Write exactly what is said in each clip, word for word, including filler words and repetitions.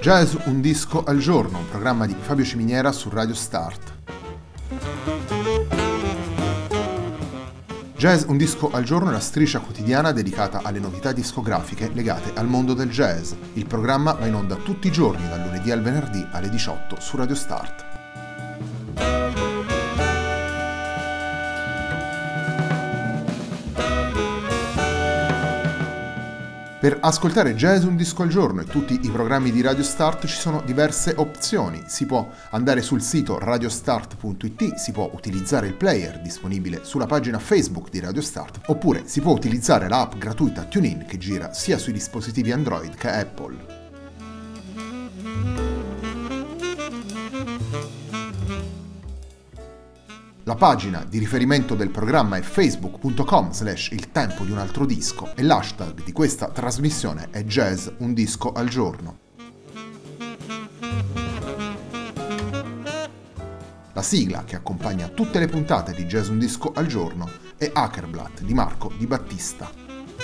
Jazz un disco al giorno, un programma di Fabio Ciminiera su Radio Start. Jazz un disco al giorno è la striscia quotidiana dedicata alle novità discografiche legate al mondo del jazz. Il programma va in onda tutti i giorni, dal lunedì al venerdì alle diciotto su Radio Start. Per ascoltare Jazz un disco al giorno e tutti i programmi di Radio Start ci sono diverse opzioni. Si può andare sul sito radiostart punto it, si può utilizzare il player disponibile sulla pagina Facebook di Radio Start, oppure si può utilizzare l'app gratuita TuneIn che gira sia sui dispositivi Android che Apple. La pagina di riferimento del programma è facebook punto com slash il tempo di un altro disco e l'hashtag di questa trasmissione è Jazz un disco al giorno. La sigla che accompagna tutte le puntate di Jazz un disco al giorno è Hackerblatt di Marco Di Battista.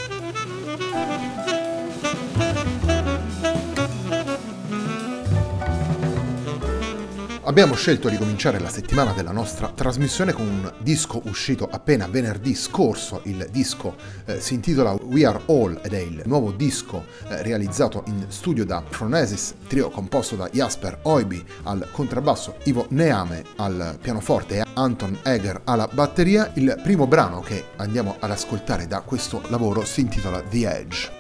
Abbiamo scelto di cominciare la settimana della nostra trasmissione con un disco uscito appena venerdì scorso. Il disco eh, si intitola We Are All ed è il nuovo disco eh, realizzato in studio da Phronesis, trio composto da Jasper Oiby al contrabbasso, Ivo Neame al pianoforte e Anton Eger alla batteria. Il primo brano che andiamo ad ascoltare da questo lavoro si intitola The Edge.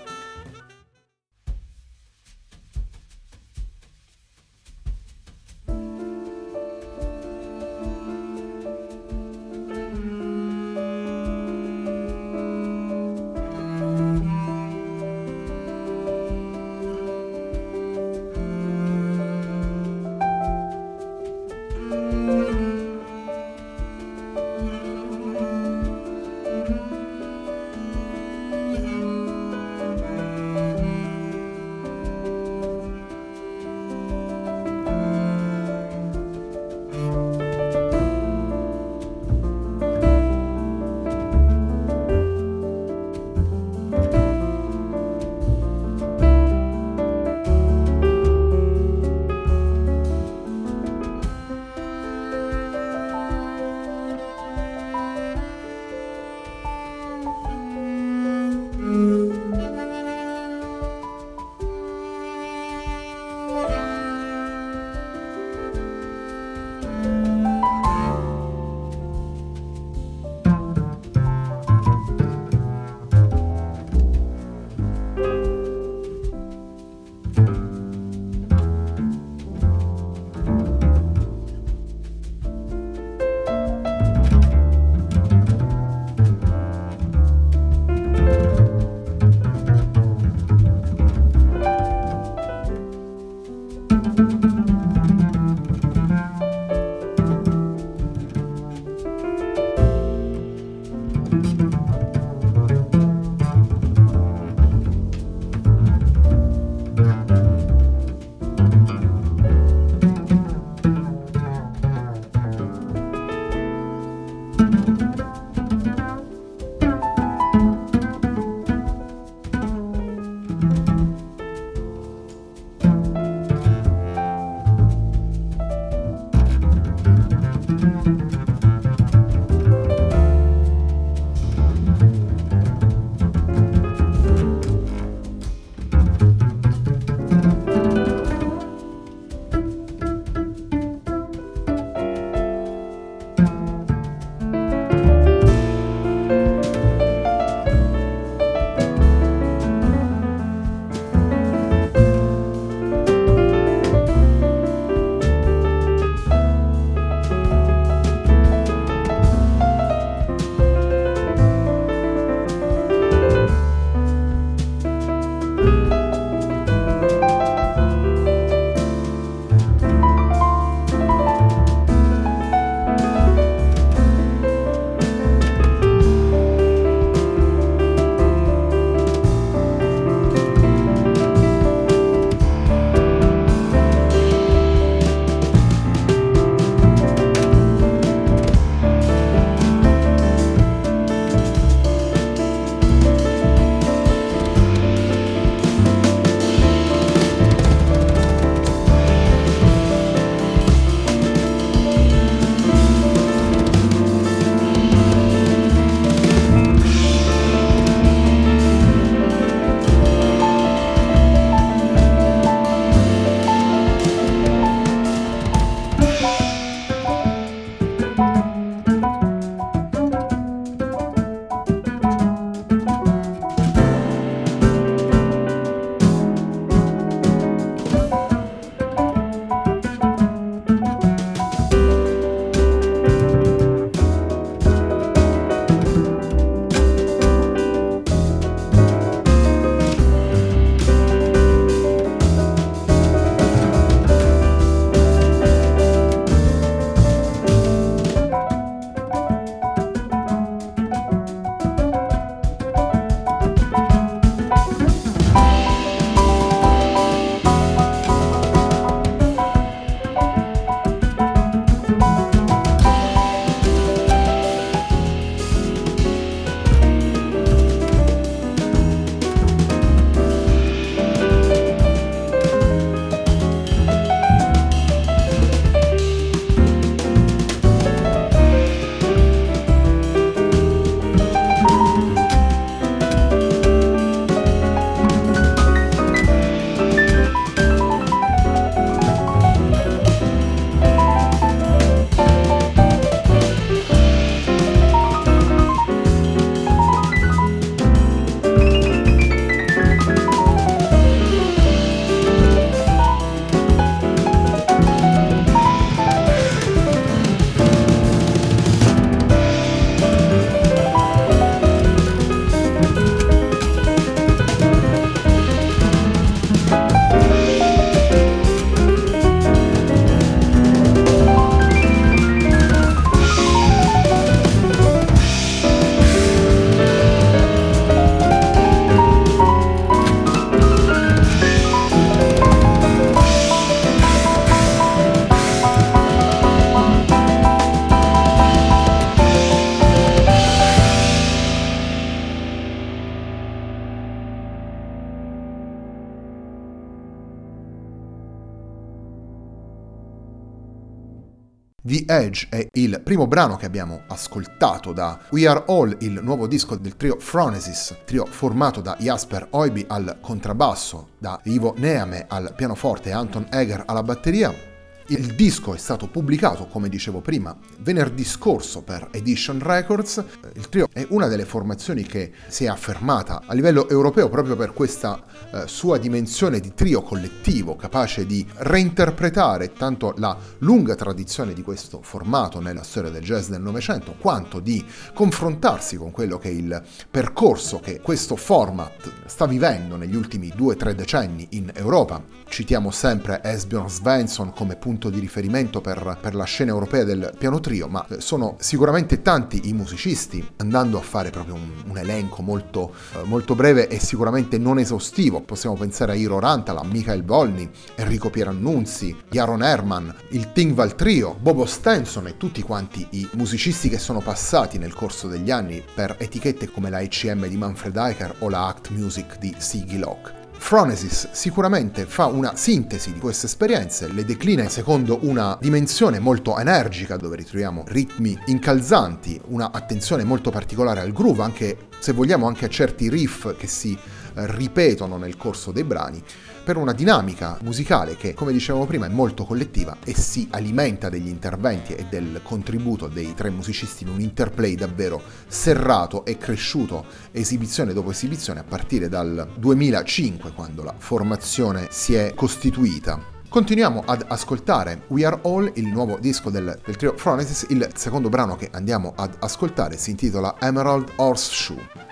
The Edge è il primo brano che abbiamo ascoltato da We Are All, il nuovo disco del trio Phronesis, trio formato da Jasper Oiby al contrabbasso, da Ivo Neame al pianoforte e Anton Eger alla batteria. Il disco è stato pubblicato, come dicevo prima, venerdì scorso per Edition Records. Il trio è una delle formazioni che si è affermata a livello europeo proprio per questa eh, sua dimensione di trio collettivo, capace di reinterpretare tanto la lunga tradizione di questo formato nella storia del jazz del Novecento, quanto di confrontarsi con quello che è il percorso che questo format sta vivendo negli ultimi due o tre decenni in Europa. Citiamo sempre Esbjörn Svensson come punto di riferimento per, per la scena europea del piano trio, ma sono sicuramente tanti i musicisti, andando a fare proprio un, un elenco molto, eh, molto breve e sicuramente non esaustivo. Possiamo pensare a Iro Rantala, Michael Volny, Enrico Pierannunzi, Jaron Herman, il Tingval Trio, Bobo Stenson e tutti quanti i musicisti che sono passati nel corso degli anni per etichette come la E C M di Manfred Eicher o la Act Music di Siggy Locke. Phronesis sicuramente fa una sintesi di queste esperienze, le declina secondo una dimensione molto energica dove ritroviamo ritmi incalzanti, una attenzione molto particolare al groove, anche se vogliamo anche a certi riff che si ripetono nel corso dei brani, per una dinamica musicale che, come dicevamo prima, è molto collettiva e si alimenta degli interventi e del contributo dei tre musicisti in un interplay davvero serrato e cresciuto esibizione dopo esibizione a partire dal duemilacinque, quando la formazione si è costituita. Continuiamo ad ascoltare We Are All, il nuovo disco del, del trio Phronesis. Il secondo brano che andiamo ad ascoltare si intitola Emerald Horseshoe.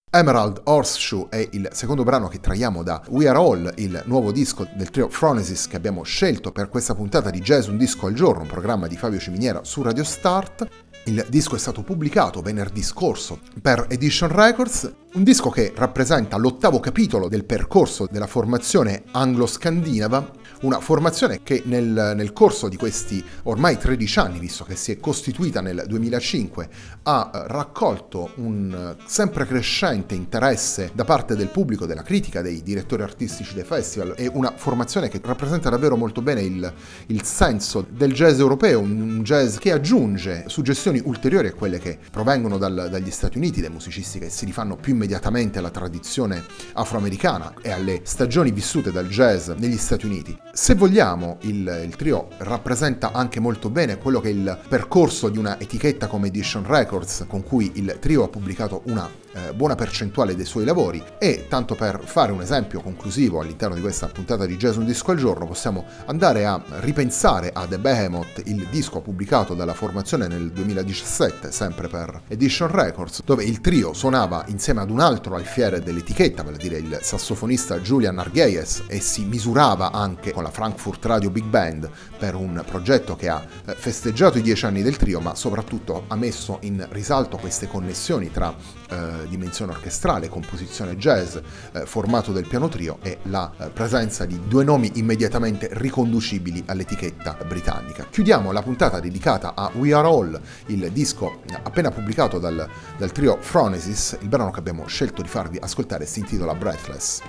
Emerald Horseshoe è il secondo brano che traiamo da We Are All, il nuovo disco del trio Phronesis che abbiamo scelto per questa puntata di Jazz Un Disco al Giorno, un programma di Fabio Ciminiera su Radio Start. Il disco è stato pubblicato venerdì scorso per Edition Records, un disco che rappresenta l'ottavo capitolo del percorso della formazione anglo-scandinava, una formazione che nel, nel corso di questi ormai tredici anni, visto che si è costituita nel duemilacinque, ha raccolto un sempre crescente interesse da parte del pubblico, della critica, dei direttori artistici dei festival. È una formazione che rappresenta davvero molto bene il, il senso del jazz europeo, un jazz che aggiunge suggestioni ulteriori a quelle che provengono dal, dagli Stati Uniti, dai musicisti che si rifanno più immediatamente alla tradizione afroamericana e alle stagioni vissute dal jazz negli Stati Uniti. Se vogliamo, il, il trio rappresenta anche molto bene quello che è il percorso di una etichetta come Edition Records, con cui il trio ha pubblicato una eh, buona percentuale dei suoi lavori, e tanto per fare un esempio conclusivo all'interno di questa puntata di Jazz Un Disco al Giorno possiamo andare a ripensare a The Behemoth, il disco pubblicato dalla formazione nel duemiladiciassette, sempre per Edition Records, dove il trio suonava insieme ad un altro alfiere dell'etichetta, vale a dire il sassofonista Julian Argeyes, e si misurava anche con la Frankfurt Radio Big Band per un progetto che ha festeggiato i dieci anni del trio, ma soprattutto ha messo in risalto queste connessioni tra eh, dimensione orchestrale, composizione jazz, eh, formato del piano trio e la eh, presenza di due nomi immediatamente riconducibili all'etichetta britannica. Chiudiamo la puntata dedicata a We Are All, il disco appena pubblicato dal, dal trio Phronesis. Il brano che abbiamo scelto di farvi ascoltare si intitola Breathless.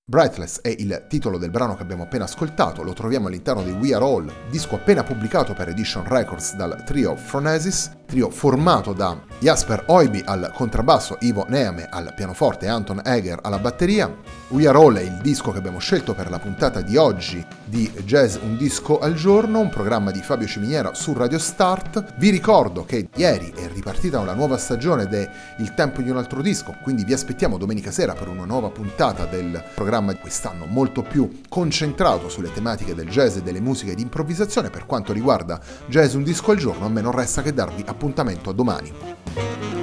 Breathless è il titolo del brano che abbiamo appena ascoltato, lo troviamo all'interno di We Are All, disco appena pubblicato per Edition Records dal trio Phronesis, trio formato da Jasper Oiby al contrabbasso, Ivo Neame al pianoforte e Anton Eger alla batteria. We Are All è il disco che abbiamo scelto per la puntata di oggi di Jazz Un Disco al Giorno, un programma di Fabio Ciminiera su Radio Start. Vi ricordo che ieri è ripartita una nuova stagione ed è il tempo di un altro disco, quindi vi aspettiamo domenica sera per una nuova puntata del programma di quest'anno molto più concentrato sulle tematiche del jazz e delle musiche di improvvisazione. Per quanto riguarda Jazz Un Disco al Giorno, a me non resta che darvi appuntamento a domani.